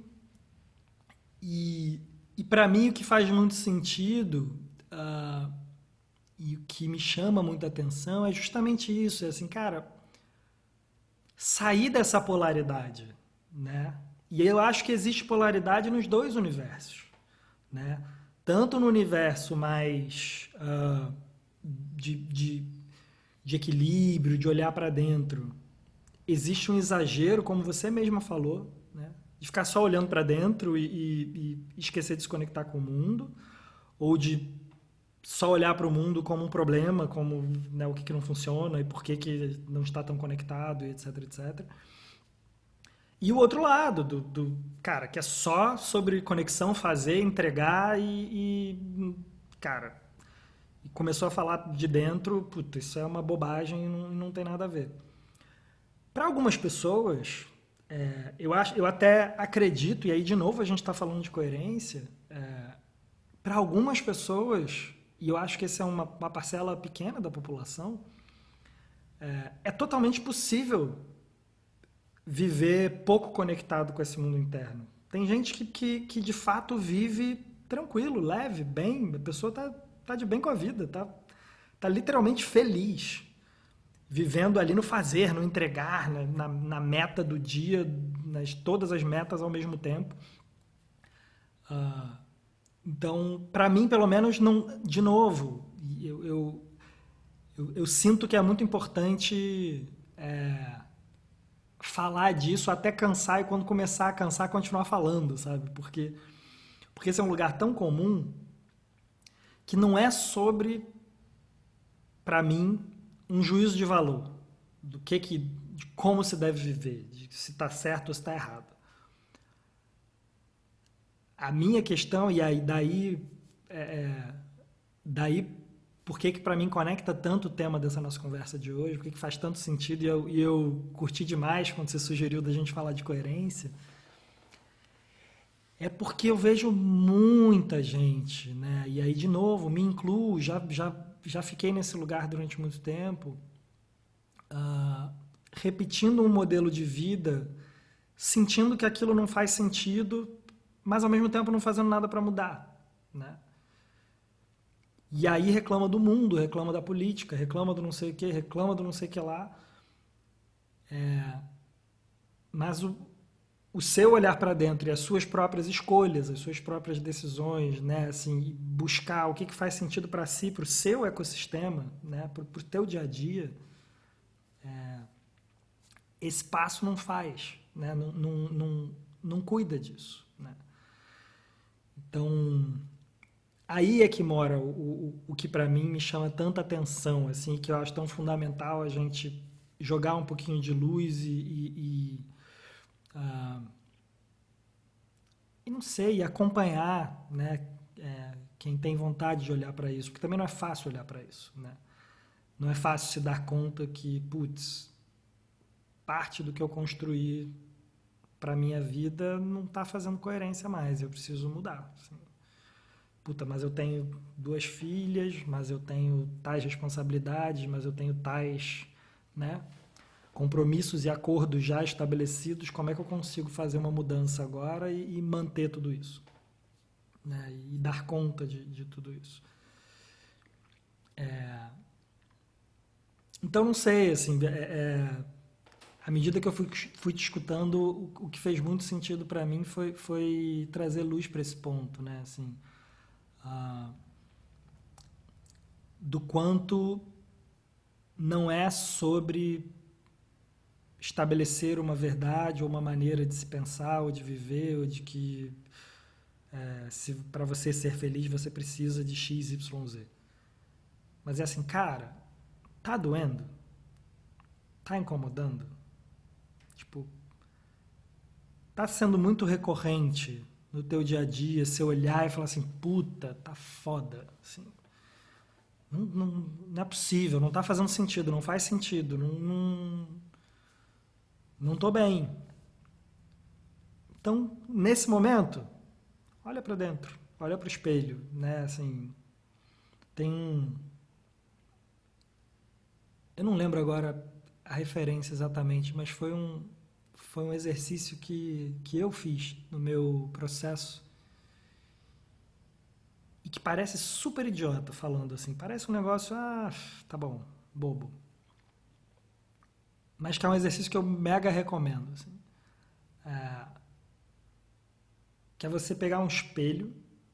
e, e para mim o que faz muito sentido uh, e o que me chama muita atenção é justamente isso. É assim, cara, sair dessa polaridade, né? E eu acho que existe polaridade nos dois universos, né? Tanto no universo mais uh, de, de, de equilíbrio, de olhar para dentro, existe um exagero, como você mesma falou, né? De ficar só olhando para dentro e, e, e esquecer de se conectar com o mundo, ou de só olhar para o mundo como um problema, como, né, o que, que não funciona e por que, que não está tão conectado, etc, etcétera. E o outro lado, do, do cara, que é só sobre conexão, fazer, entregar e, e cara, e começou a falar de dentro, puta, isso é uma bobagem e não, não tem nada a ver. Para algumas pessoas, é, eu, acho, eu até acredito, e aí de novo a gente está falando de coerência, é, para algumas pessoas, e eu acho que essa é uma, uma parcela pequena da população, é, é totalmente possível viver pouco conectado com esse mundo interno. Tem gente que, que, que de fato vive tranquilo, leve, bem, a pessoa tá, tá de bem com a vida, tá, tá literalmente feliz, vivendo ali no fazer, no entregar, na, na, na meta do dia, nas todas as metas ao mesmo tempo. Uh, então, para mim, pelo menos, não, de novo, eu, eu, eu, eu sinto que é muito importante é, falar disso até cansar e quando começar a cansar, continuar falando, sabe? Porque, porque esse é um lugar tão comum que não é sobre, para mim, um juízo de valor do que que, de como se deve viver, de se está certo ou se está errado. A minha questão, e aí daí, é, daí por que que para mim conecta tanto o tema dessa nossa conversa de hoje, por que que faz tanto sentido e eu, e eu curti demais quando você sugeriu da gente falar de coerência, é porque eu vejo muita gente, né? E aí, de novo, me incluo, já, já, já fiquei nesse lugar durante muito tempo, uh, repetindo um modelo de vida, sentindo que aquilo não faz sentido, mas ao mesmo tempo não fazendo nada para mudar, né? E aí reclama do mundo, reclama da política, reclama do não sei o que, reclama do não sei o que lá. É, mas o, o seu olhar para dentro e as suas próprias escolhas, as suas próprias decisões, né? Assim, buscar o que, que faz sentido para si, para o seu ecossistema, né? Para o teu dia a dia, é, esse passo não faz, né? Não, não, não, não cuida disso, né? Então, aí é que mora o, o, o que para mim me chama tanta atenção, assim, que eu acho tão fundamental a gente jogar um pouquinho de luz e, e, e, ah, e não sei, acompanhar, né, é, quem tem vontade de olhar para isso, porque também não é fácil olhar para isso, né? Não é fácil se dar conta que, putz, parte do que eu construí para minha vida não está fazendo coerência mais, eu preciso mudar. Assim. Puta, mas eu tenho duas filhas, mas eu tenho tais responsabilidades, mas eu tenho tais, né, compromissos e acordos já estabelecidos, como é que eu consigo fazer uma mudança agora e, e manter tudo isso? Né, e dar conta de, de tudo isso. É... Então, não sei, assim, é, é... à medida que eu fui, fui te escutando, o, o que fez muito sentido para mim foi, foi trazer luz para esse ponto, né, assim, ah, do quanto não é sobre estabelecer uma verdade ou uma maneira de se pensar ou de viver ou de que é, se para você ser feliz você precisa de X, Y, Z. Mas é assim, cara, tá doendo? Tá incomodando? Tipo, tá sendo muito recorrente no teu dia a dia, você olhar e falar assim, puta, tá foda, assim. Não, não, não é possível, não tá fazendo sentido, não faz sentido, não, não, não tô bem. Então, nesse momento, olha para dentro, olha para o espelho, né? Assim, tem um, eu não lembro agora a referência exatamente, mas foi um foi um exercício que que eu fiz no meu processo e que parece super idiota falando assim, parece um negócio, ah, tá bom, bobo, mas que é um exercício que eu mega recomendo, assim, é, que é você pegar um espelho,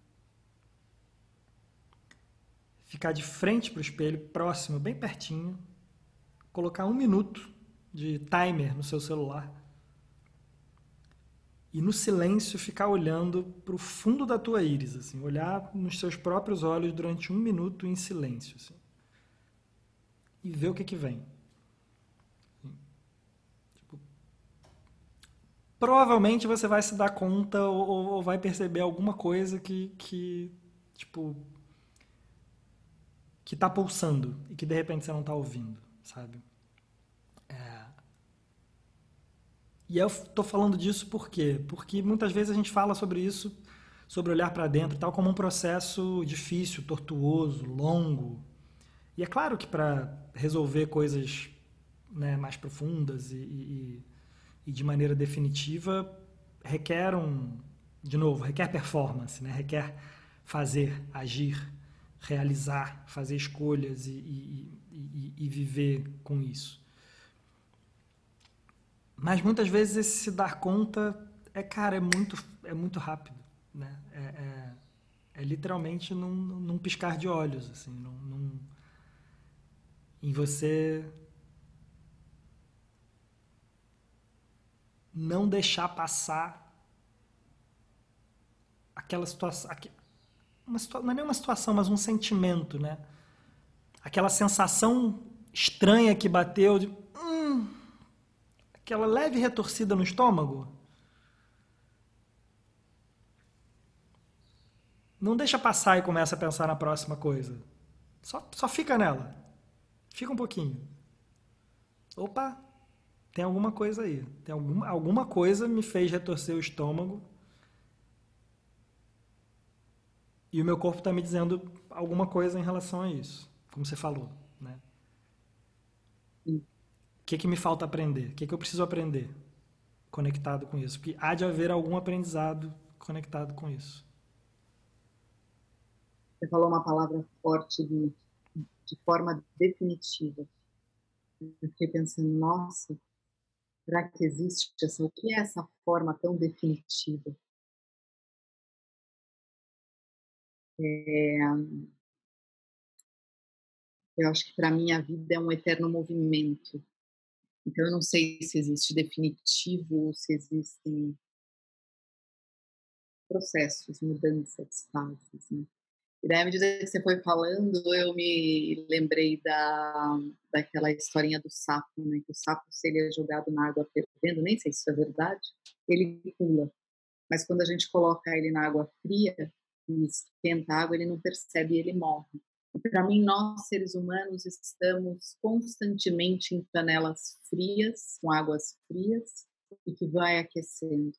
ficar de frente para o espelho, próximo, bem pertinho, colocar um minuto de timer no seu celular e no silêncio ficar olhando para o fundo da tua íris, assim, olhar nos seus próprios olhos durante um minuto em silêncio, assim, e ver o que que vem. Tipo, provavelmente você vai se dar conta ou, ou vai perceber alguma coisa que, que tipo, que tá pulsando e que de repente você não tá ouvindo, sabe? E eu tô falando disso por quê? Porque muitas vezes a gente fala sobre isso, sobre olhar para dentro e tal, como um processo difícil, tortuoso, longo. E é claro que para resolver coisas, né, mais profundas e, e, e de maneira definitiva requer um, de novo, requer performance, né? Requer fazer, agir, realizar, fazer escolhas e, e, e, e viver com isso. Mas muitas vezes esse se dar conta é, cara, é muito, é muito rápido, né? É, é, é literalmente num, num piscar de olhos, assim, num, num, em você não deixar passar aquela situação, uma situa não é nem uma situação, mas um sentimento, né? Aquela sensação estranha que bateu, de, hum, aquela leve retorcida no estômago. Não deixa passar e começa a pensar na próxima coisa. Só, só fica nela. Fica um pouquinho. Opa, tem alguma coisa aí. Tem alguma, alguma coisa me fez retorcer o estômago e o meu corpo está me dizendo alguma coisa em relação a isso, como você falou, né? Sim. O que, que me falta aprender? O que, que eu preciso aprender conectado com isso? Porque há de haver algum aprendizado conectado com isso. Você falou uma palavra forte de, de forma definitiva. Eu fiquei pensando, nossa, será que existe essa, o que é essa forma tão definitiva? É, eu acho que para mim a vida é um eterno movimento. Então eu não sei se existe definitivo ou se existe processos, mudanças, fases, né? E daí, à medida que você foi falando, eu me lembrei da, daquela historinha do sapo, né? Que o sapo, se ele é jogado na água fervendo, nem sei se isso é verdade, ele pula. Mas quando a gente coloca ele na água fria e esquenta a água, ele não percebe e ele morre. Para mim, nós, seres humanos, estamos constantemente em panelas frias, com águas frias, e que vai aquecendo.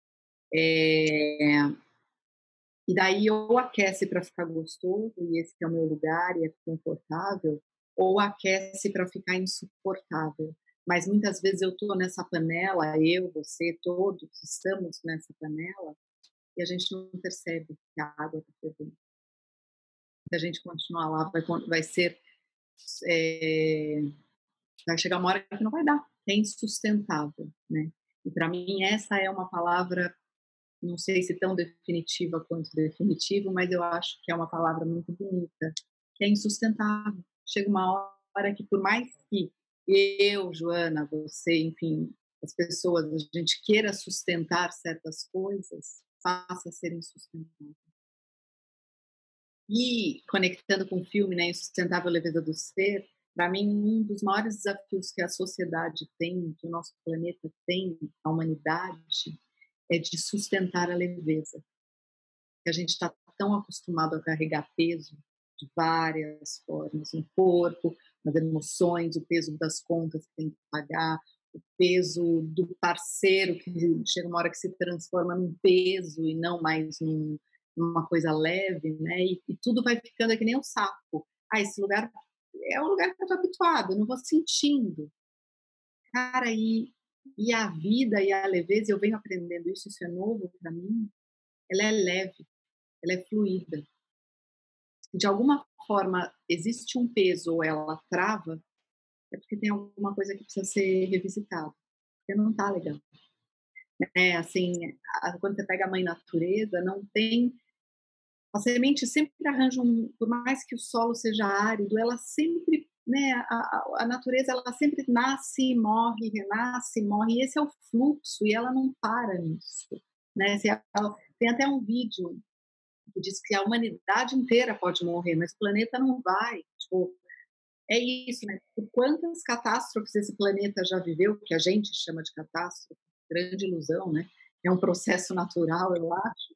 É... E daí ou aquece para ficar gostoso, e esse é o meu lugar, e é confortável, ou aquece para ficar insuportável. Mas muitas vezes eu estou nessa panela, eu, você, todos estamos nessa panela, e a gente não percebe que a água está fervendo. Se a gente continuar lá, vai, vai ser... É, vai chegar uma hora que não vai dar, é insustentável, né? E para mim essa é uma palavra, não sei se tão definitiva quanto definitivo, mas eu acho que é uma palavra muito bonita, que é insustentável. Chega uma hora que, por mais que eu, Joana, você, enfim, as pessoas, a gente queira sustentar certas coisas, passa a ser insustentável. E, conectando com o filme, né, Insustentável Leveza do Ser, para mim, um dos maiores desafios que a sociedade tem, que o nosso planeta tem, a humanidade, é de sustentar a leveza. A gente está tão acostumado a carregar peso de várias formas, no corpo, nas emoções, o peso das contas que tem que pagar, o peso do parceiro, que chega uma hora que se transforma num peso e não mais num, numa coisa leve, né? E, e tudo vai ficando que nem um sapo. Ah, esse lugar é o lugar que eu estou habituado, eu não vou sentindo. Cara, e, e a vida e a leveza, eu venho aprendendo isso, isso é novo para mim, ela é leve, ela é fluida. De alguma forma existe um peso ou ela trava, é porque tem alguma coisa que precisa ser revisitada, porque não está legal. É, assim, quando você pega a mãe natureza, não tem... A semente sempre arranja um... Por mais que o solo seja árido, ela sempre... Né, a, a, a natureza, ela sempre nasce, morre, renasce, morre, e esse é o fluxo, e ela não para nisso. Né? Tem até um vídeo que diz que a humanidade inteira pode morrer, mas o planeta não vai. Tipo, é isso, né? Por quantas catástrofes esse planeta já viveu, que a gente chama de catástrofe, grande ilusão, né? É um processo natural, eu acho.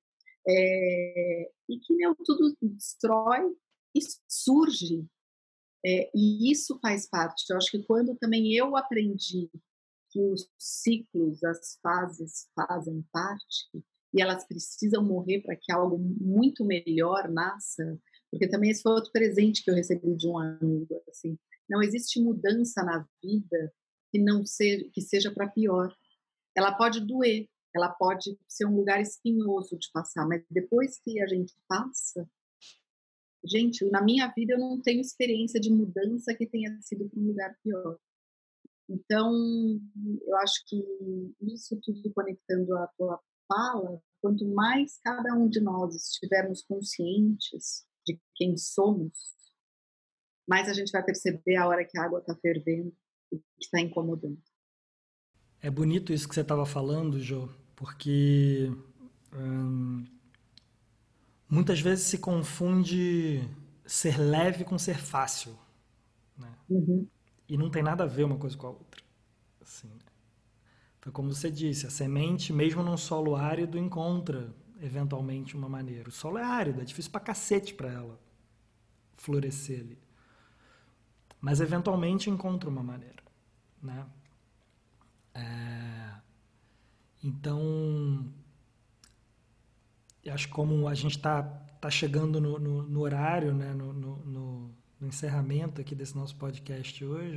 É, e que, meu, tudo destrói e surge. É, e isso faz parte. Eu acho que quando também eu aprendi que os ciclos, as fases fazem parte, e elas precisam morrer para que algo muito melhor nasça, porque também esse foi outro presente que eu recebi de um amigo, assim, não existe mudança na vida que não seja, que seja para pior. Ela pode doer, ela pode ser um lugar espinhoso de passar, mas depois que a gente passa, gente, na minha vida eu não tenho experiência de mudança que tenha sido para um lugar pior. Então, eu acho que isso tudo conectando a tua fala, quanto mais cada um de nós estivermos conscientes de quem somos, mais a gente vai perceber a hora que a água está fervendo e que está incomodando. É bonito isso que você estava falando, Jo, porque hum, muitas vezes se confunde ser leve com ser fácil, né? Uhum. E não tem nada a ver uma coisa com a outra. Assim, foi como você disse, a semente, mesmo num solo árido, encontra eventualmente uma maneira. O solo é árido, é difícil pra cacete pra ela florescer ali. Mas eventualmente encontra uma maneira, né? É... Então, eu acho que como a gente está tá chegando no, no, no horário, né? no, no, no, no encerramento aqui desse nosso podcast hoje,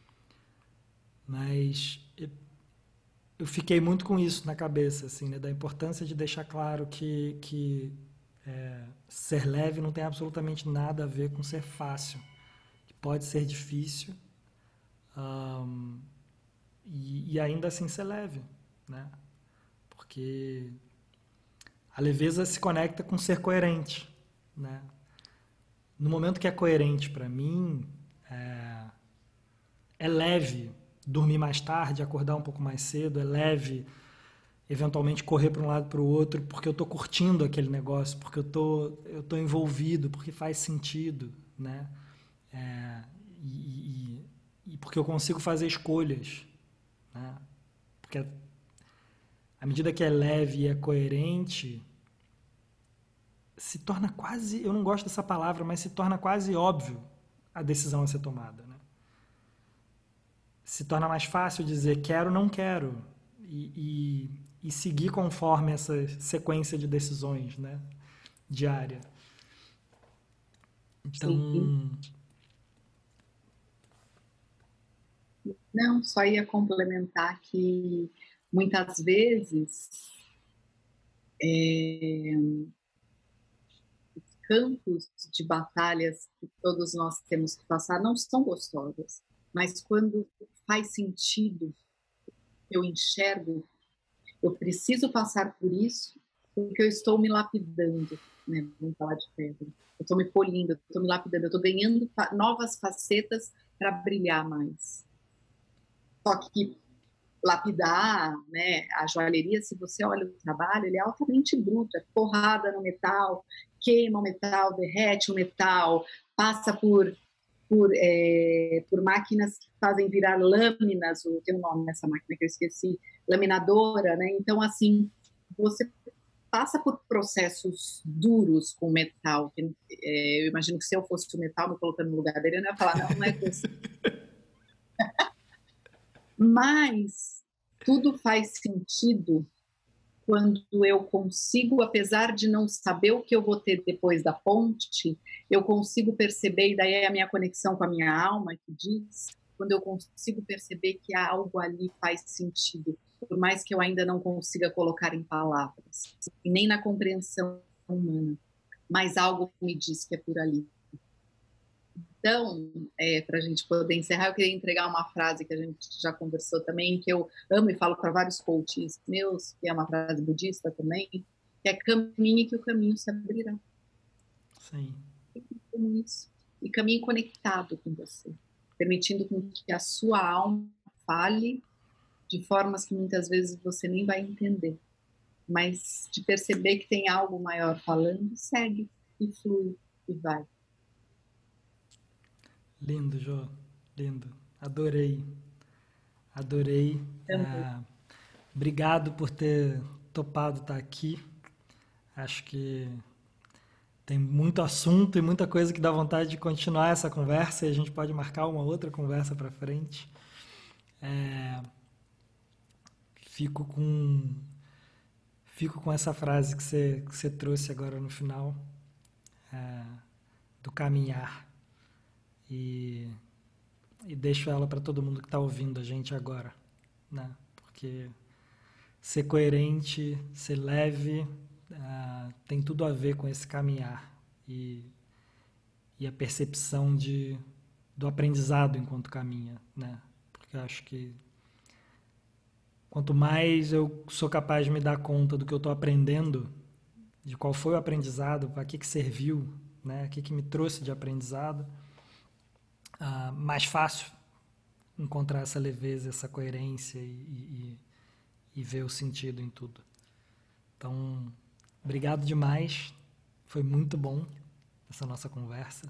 mas eu fiquei muito com isso na cabeça, assim, né? Da importância de deixar claro que, que é, ser leve não tem absolutamente nada a ver com ser fácil. Que pode ser difícil um, e, e ainda assim ser leve, né? Porque a leveza se conecta com ser coerente, né? No momento que é coerente para mim, é, é leve dormir mais tarde, acordar um pouco mais cedo, é leve eventualmente correr para um lado para o outro porque eu estou curtindo aquele negócio, porque eu tô, eu tô envolvido, porque faz sentido, né? É, e, e, e porque eu consigo fazer escolhas, né? Porque à medida que é leve e é coerente, se torna quase, eu não gosto dessa palavra, mas se torna quase óbvio a decisão a ser tomada, né? Se torna mais fácil dizer quero, não quero, e, e, e seguir conforme essa sequência de decisões, né, diária. Então... Sim. Não, só ia complementar que muitas vezes é, os campos de batalhas que todos nós temos que passar não são gostosos, mas quando faz sentido, eu enxergo, eu preciso passar por isso porque eu estou me lapidando, né? Vamos falar de pedra. Eu estou me polindo, eu estou me lapidando, eu estou ganhando fa- novas facetas para brilhar mais. Só que lapidar, né, a joalheria, se você olha o trabalho, ele é altamente bruto, é porrada no metal, queima o metal, derrete o metal, passa por por, é, por máquinas que fazem virar lâminas, tem um nome nessa máquina que eu esqueci, laminadora, né? Então, assim, você passa por processos duros com metal, que, é, eu imagino que se eu fosse o metal, me colocando no lugar dele, eu não ia falar, não, não é doce. Mas tudo faz sentido quando eu consigo, apesar de não saber o que eu vou ter depois da ponte, eu consigo perceber, e daí é a minha conexão com a minha alma que diz, quando eu consigo perceber que algo ali faz sentido, por mais que eu ainda não consiga colocar em palavras, e nem na compreensão humana, mas algo me diz que é por ali. Então, é, para a gente poder encerrar, eu queria entregar uma frase que a gente já conversou também, que eu amo e falo para vários coaches meus, que é uma frase budista também, que é caminhe que o caminho se abrirá. Sim. Como isso. E caminhe conectado com você, permitindo que a sua alma fale de formas que muitas vezes você nem vai entender. Mas de perceber que tem algo maior falando, segue e flui e vai. Lindo, Jô. Lindo. Adorei. Adorei. Ah, obrigado por ter topado estar aqui. Acho que tem muito assunto e muita coisa que dá vontade de continuar essa conversa e a gente pode marcar uma outra conversa para frente. É, fico com fico com essa frase que você, que você trouxe agora no final, é, do caminhar. E, e deixo ela para todo mundo que está ouvindo a gente agora, né? Porque ser coerente, ser leve, uh, tem tudo a ver com esse caminhar e, e a percepção de, do aprendizado enquanto caminha, né? Porque eu acho que quanto mais eu sou capaz de me dar conta do que eu estou aprendendo, de qual foi o aprendizado, para que, que serviu, né? O que, que me trouxe de aprendizado, Uh, mais fácil encontrar essa leveza, essa coerência e, e, e ver o sentido em tudo. Então, obrigado demais. Foi muito bom essa nossa conversa.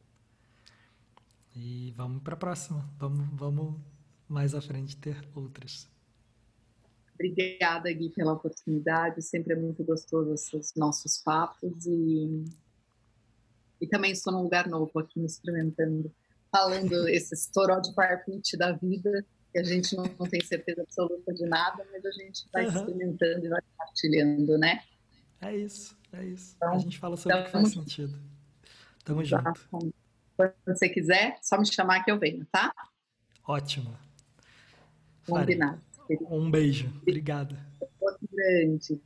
E vamos para a próxima. Vamos, vamos mais à frente ter outras. Obrigada, Gui, pela oportunidade. Sempre é muito gostoso esses nossos papos. E, e também estou num lugar novo aqui, me experimentando. Falando esse toró de parpite da vida, que a gente não, não tem certeza absoluta de nada, mas a gente vai uhum. experimentando e vai compartilhando, né? É isso, é isso. Então, a gente fala sobre o que faz sentido. Tamo exatamente. junto. Quando você quiser, só me chamar que eu venho, tá? Ótimo. Combinado. Um beijo. Obrigada. Outro grande.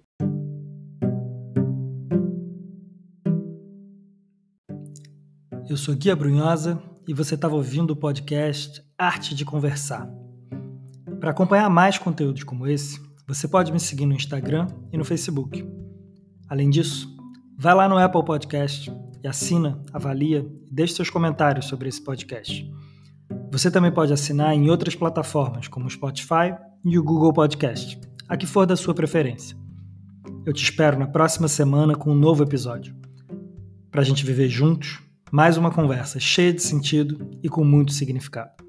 Eu sou Gui Abrunhosa e você estava ouvindo o podcast Arte de Conversar. Para acompanhar mais conteúdos como esse, você pode me seguir no Instagram e no Facebook. Além disso, vai lá no Apple Podcast e assina, avalia e deixe seus comentários sobre esse podcast. Você também pode assinar em outras plataformas, como o Spotify e o Google Podcast. a que for da sua preferência. Eu te espero na próxima semana com um novo episódio. Para a gente viver juntos, mais uma conversa cheia de sentido e com muito significado.